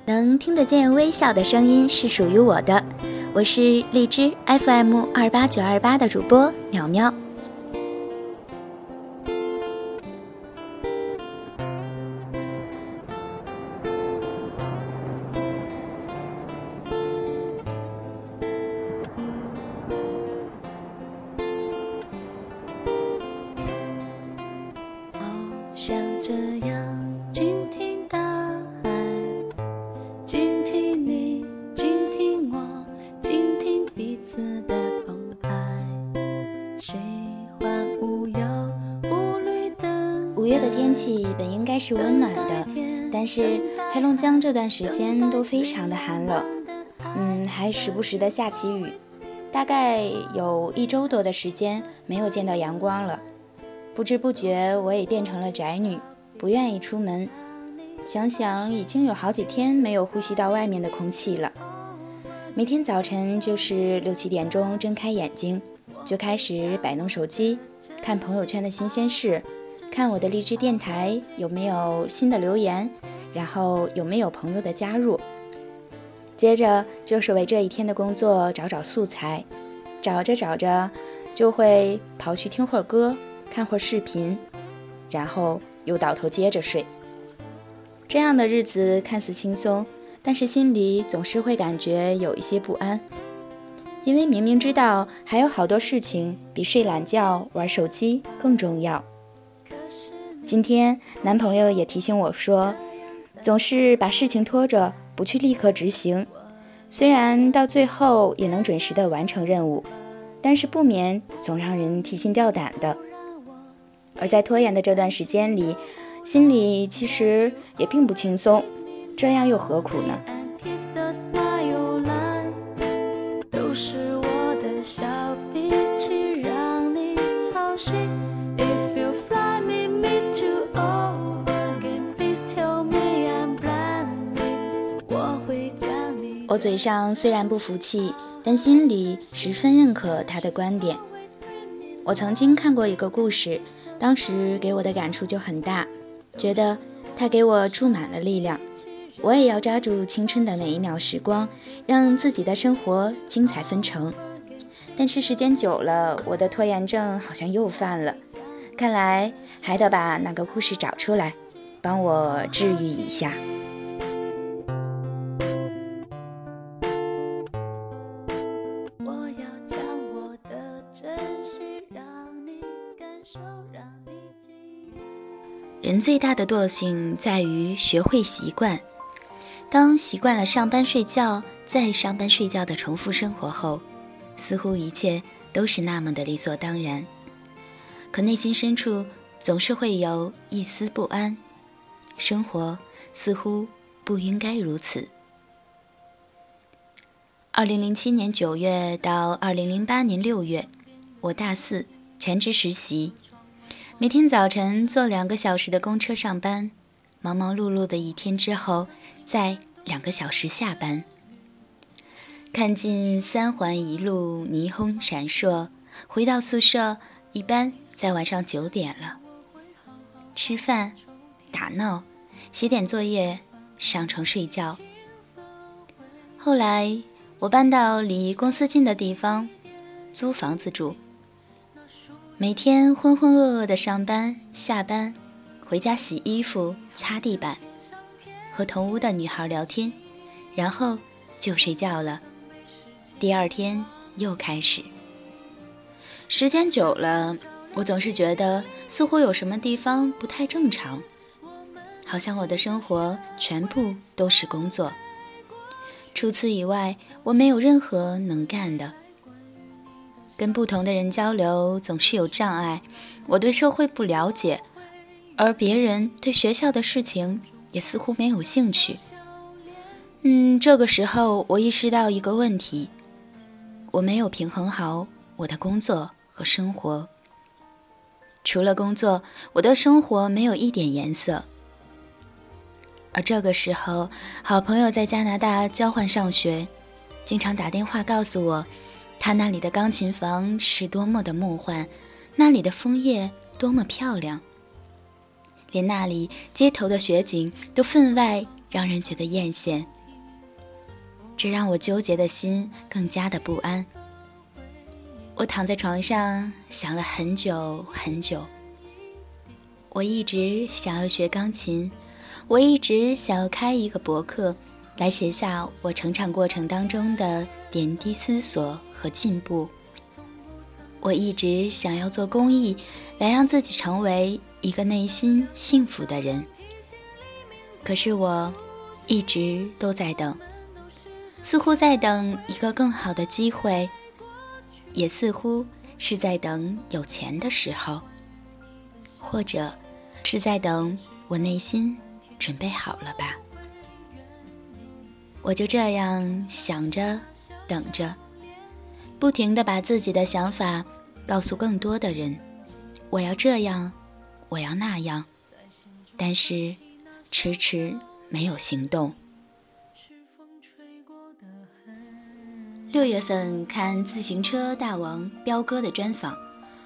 能听得见微笑的声音是属于我的，我是荔枝 FM28928的主播淼淼。 像这样静听大海，静听你，静听我，静听彼此的澎湃，喜欢无忧无虑的。 5月的天气本应该是温暖的，但是黑龙江这段时间都非常的寒冷，还时不时的下起雨，大概有1周多的时间没有见到阳光了。不知不觉我也变成了宅女，不愿意出门。想想已经有好几天没有呼吸到外面的空气了。每天早晨就是6、7点钟睁开眼睛，就开始摆弄手机，看朋友圈的新鲜事，看我的荔枝电台有没有新的留言，然后有没有朋友的加入。接着就是为这一天的工作找素材，找着就会跑去听会儿歌，看会儿视频，然后又倒头接着睡。这样的日子看似轻松，但是心里总是会感觉有一些不安，因为明明知道还有好多事情比睡懒觉玩手机更重要。今天男朋友也提醒我说，总是把事情拖着不去立刻执行，虽然到最后也能准时的完成任务，但是不免总让人提心吊胆的。而在拖延的这段时间里，心里其实也并不轻松，这样又何苦呢？ 都是我的小脾气让你操心。If you fly me, miss you over again, please tell me I'm blinding. 我会将你。 我嘴上虽然不服气，但心里十分认可他的观点。我曾经看过一个故事，当时给我的感触就很大，觉得它给我注满了力量。我也要抓住青春的每一秒时光，让自己的生活精彩纷呈。但是时间久了，我的拖延症好像又犯了，看来还得把那个故事找出来，帮我治愈一下。人最大的惰性在于学会习惯。当习惯了上班睡觉再上班睡觉的重复生活后，似乎一切都是那么的理所当然，可内心深处总是会有一丝不安，生活似乎不应该如此。2007年9月到2008年6月，我大4，全职实习，每天早晨坐2个小时的公车上班，忙忙碌碌的一天之后，再2个小时下班。看尽3环一路霓虹闪烁，回到宿舍一般在晚上9点了。吃饭、打闹、写点作业，上床睡觉。后来我搬到离公司近的地方，租房子住。每天浑浑噩噩的上班下班，回家洗衣服擦地板，和同屋的女孩聊天，然后就睡觉了。第二天又开始。时间久了，我总是觉得似乎有什么地方不太正常，好像我的生活全部都是工作，除此以外我没有任何能干的。跟不同的人交流总是有障碍，我对社会不了解，而别人对学校的事情也似乎没有兴趣。这个时候我意识到一个问题，我没有平衡好我的工作和生活。除了工作，我的生活没有一点颜色。而这个时候，好朋友在加拿大交换上学，经常打电话告诉我，他那里的钢琴房是多么的梦幻，那里的枫叶多么漂亮，连那里街头的雪景都分外让人觉得艳羡，这让我纠结的心更加的不安。我躺在床上想了很久很久，我一直想要学钢琴，我一直想要开一个博客，来写下我成长过程当中的点滴思索和进步。我一直想要做公益，来让自己成为一个内心幸福的人。可是我一直都在等，似乎在等一个更好的机会，也似乎是在等有钱的时候，或者是在等我内心准备好了吧。我就这样想着等着，不停地把自己的想法告诉更多的人，我要这样，我要那样，但是迟迟没有行动。6月份看自行车大王彪哥的专访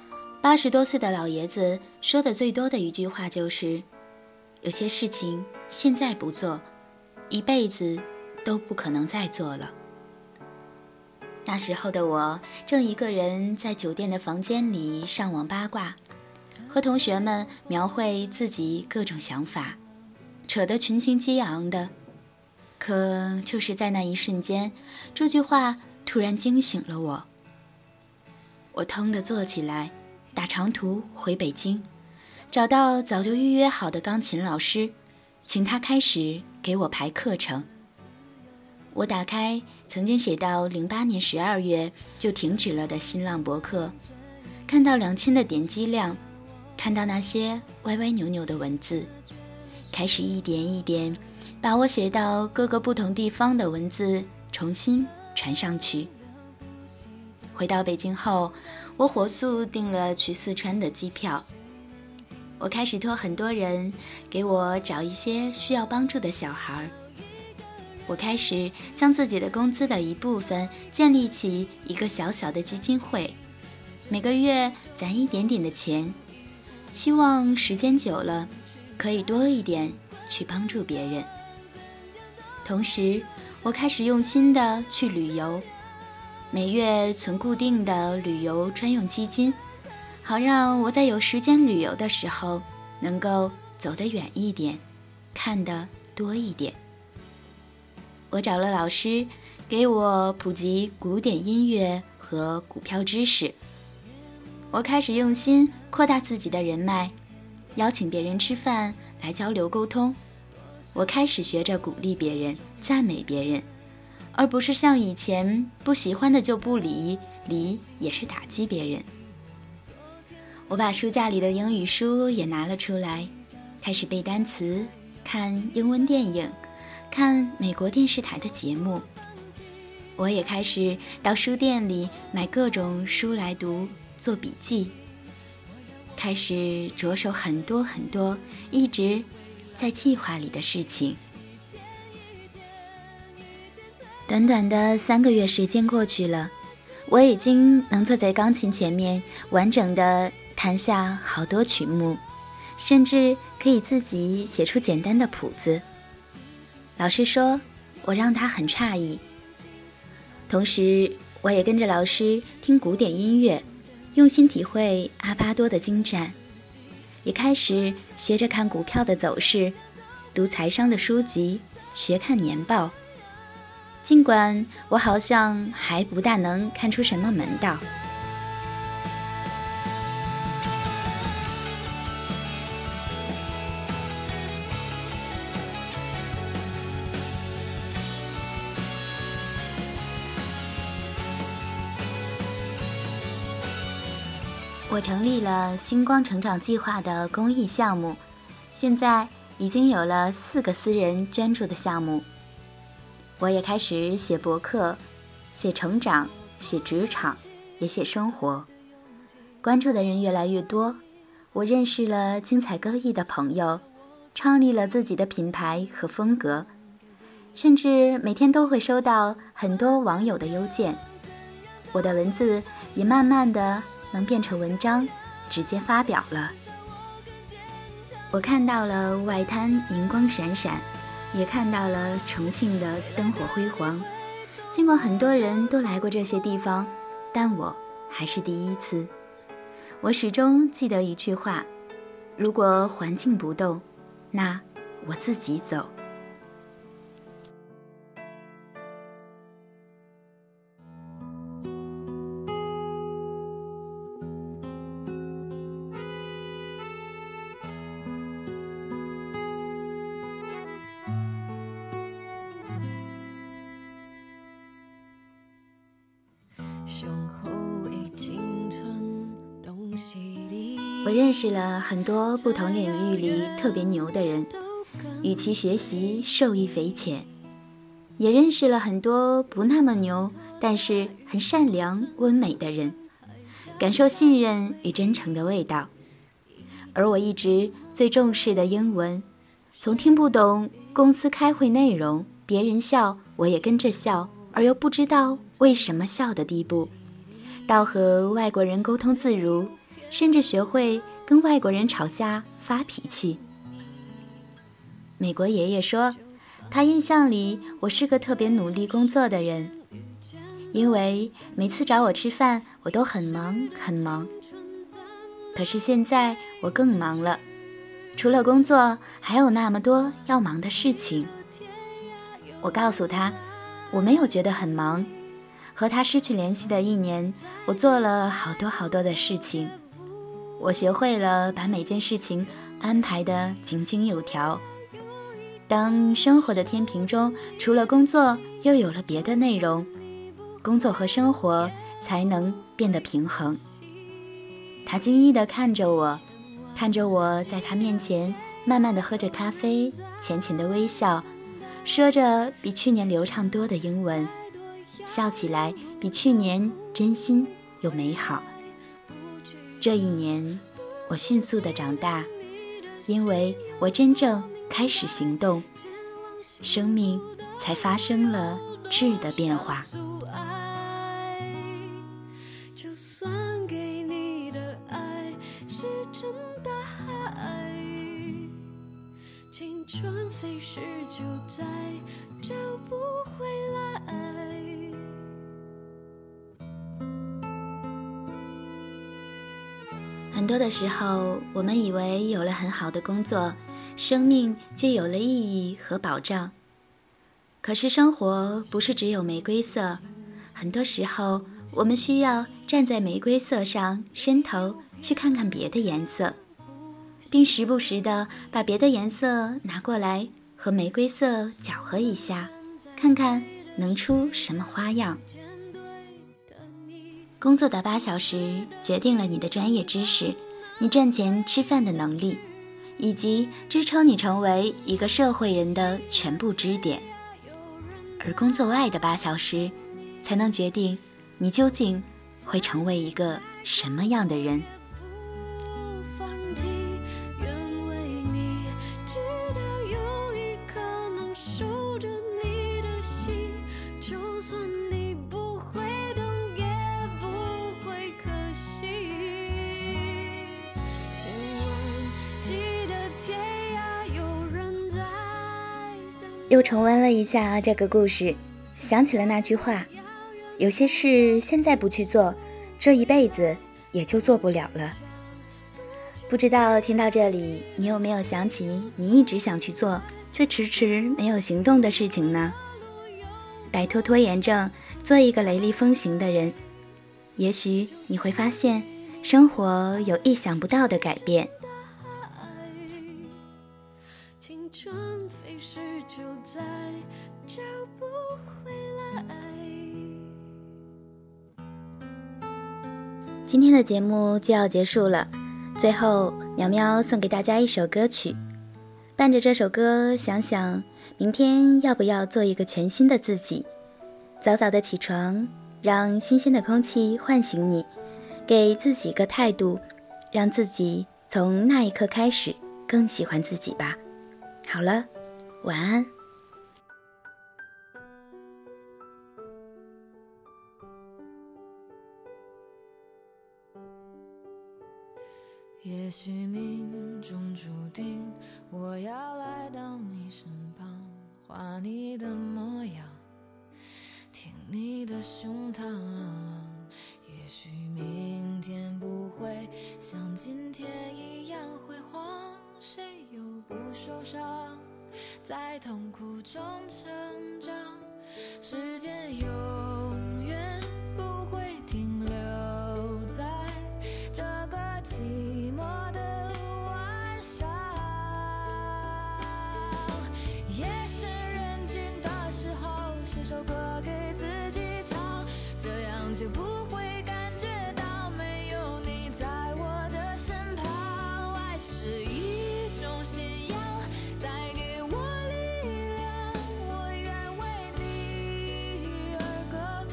，80多岁的老爷子说的最多的一句话就是，有些事情现在不做，一辈子都不可能再做了。那时候的我正一个人在酒店的房间里上网八卦，和同学们描绘自己各种想法，扯得群情激昂的。可就是在那一瞬间，这句话突然惊醒了我。我腾地坐起来，打长途回北京，找到早就预约好的钢琴老师，请他开始给我排课程。我打开曾经写到08年12月就停止了的新浪博客，看到2000的点击量，看到那些歪歪扭扭的文字，开始一点一点把我写到各个不同地方的文字重新传上去。回到北京后，我火速订了去四川的机票。我开始托很多人给我找一些需要帮助的小孩。我开始将自己的工资的一部分建立起一个小小的基金会，每个月攒一点点的钱，希望时间久了可以多一点去帮助别人。同时我开始用心的去旅游，每月存固定的旅游专用基金，好让我在有时间旅游的时候能够走得远一点，看得多一点。我找了老师给我普及古典音乐和股票知识。我开始用心扩大自己的人脉，邀请别人吃饭来交流沟通。我开始学着鼓励别人，赞美别人，而不是像以前不喜欢的就不理，理也是打击别人。我把书架里的英语书也拿了出来，开始背单词，看英文电影，看美国电视台的节目。我也开始到书店里买各种书来读，做笔记，开始着手很多很多一直在计划里的事情。短短的3个月时间过去了，我已经能坐在钢琴前面完整的弹下好多曲目，甚至可以自己写出简单的谱子。老师说我让他很诧异。同时我也跟着老师听古典音乐，用心体会阿巴多的精湛，也开始学着看股票的走势，读财商的书籍，学看年报。尽管我好像还不大能看出什么门道。我成立了星光成长计划的公益项目，现在已经有了4个私人捐助的项目。我也开始写博客，写成长，写职场，也写生活。关注的人越来越多，我认识了精彩各异的朋友，创立了自己的品牌和风格，甚至每天都会收到很多网友的邮件。我的文字也慢慢的能变成文章，直接发表了。我看到了外滩银光闪闪， 也看到了重庆的灯火辉煌。尽管很多人都来过这些地方，但我还是第一次。我始终记得一句话：如果环境不动，那我自己走。我认识了很多不同领域里特别牛的人，与其学习受益匪浅，也认识了很多不那么牛但是很善良温美的人，感受信任与真诚的味道。而我一直最重视的英文，从听不懂公司开会内容，别人笑我也跟着笑，而又不知道为什么笑的地步，到和外国人沟通自如，甚至学会跟外国人吵架发脾气。美国爷爷说，他印象里我是个特别努力工作的人，因为每次找我吃饭我都很忙很忙。可是现在我更忙了，除了工作还有那么多要忙的事情。我告诉他，我没有觉得很忙。和他失去联系的1年，我做了好多的事情。我学会了把每件事情安排得井井有条。当生活的天平中除了工作又有了别的内容，工作和生活才能变得平衡。他惊异地看着我，看着我在他面前慢慢地喝着咖啡，浅浅的微笑，说着比去年流畅多的英文，笑起来比去年真心又美好。这1年，我迅速地长大，因为我真正开始行动，生命才发生了质的变化。 就算给你的爱石沉大海，青春飞逝就再找不回来。 很多的时候，我们以为有了很好的工作，生命就有了意义和保障。可是生活不是只有玫瑰色，很多时候我们需要站在玫瑰色上，伸头去看看别的颜色，并时不时的把别的颜色拿过来和玫瑰色搅和一下，看看能出什么花样。工作的8小时决定了你的专业知识，你赚钱吃饭的能力，以及支撑你成为一个社会人的全部支点。而工作外的8小时才能决定你究竟会成为一个什么样的人。又重温了一下这个故事，想起了那句话，有些事现在不去做，这一辈子也就做不了了。不知道听到这里，你有没有想起你一直想去做却迟迟没有行动的事情呢？摆脱拖延症，做一个雷厉风行的人，也许你会发现生活有意想不到的改变。青春飞逝就再找不回来。今天的节目就要结束了，最后苗苗送给大家一首歌曲，伴着这首歌想想明天要不要做一个全新的自己。早早的起床，让新鲜的空气唤醒你，给自己一个态度，让自己从那一刻开始更喜欢自己吧。好了，晚安。 也许命中注定，我要来到你身旁。 画你的模样，听你的胸膛。也许明天不会像今天一样辉煌，谁又不受伤，在痛苦中成长。时间永远不会停留在这个寂寞的晚上。夜深人静的时候，写首歌给自己唱，这样就不会感觉到没有你在我的身旁。爱是一种信仰，带给我力量，我愿为你而歌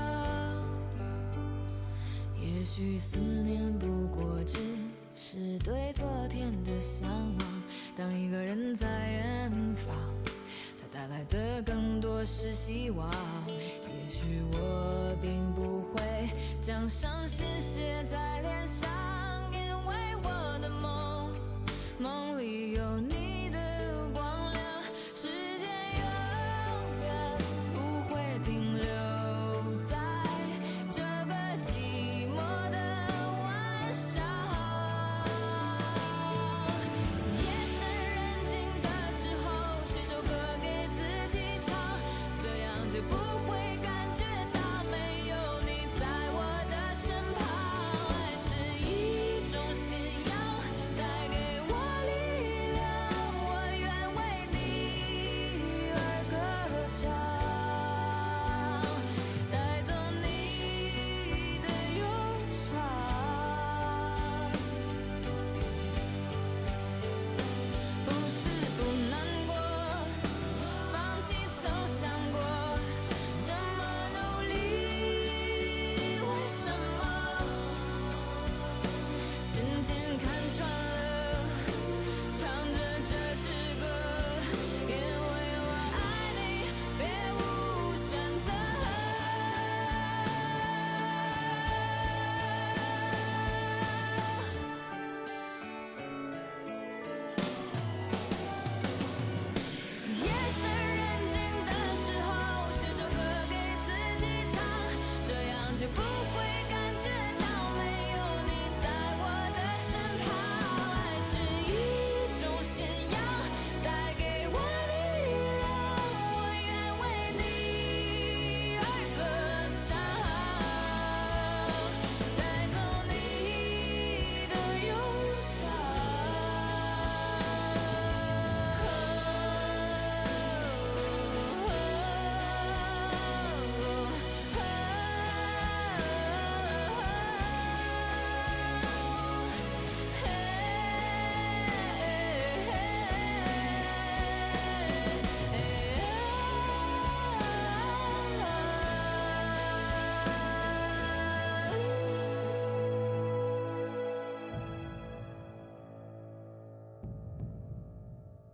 唱。也许思念不过只是对昨天的向往，当一个人在远方，它带来的更多是希望。也许我并不会将伤心写在脸上，因为我的梦里有你。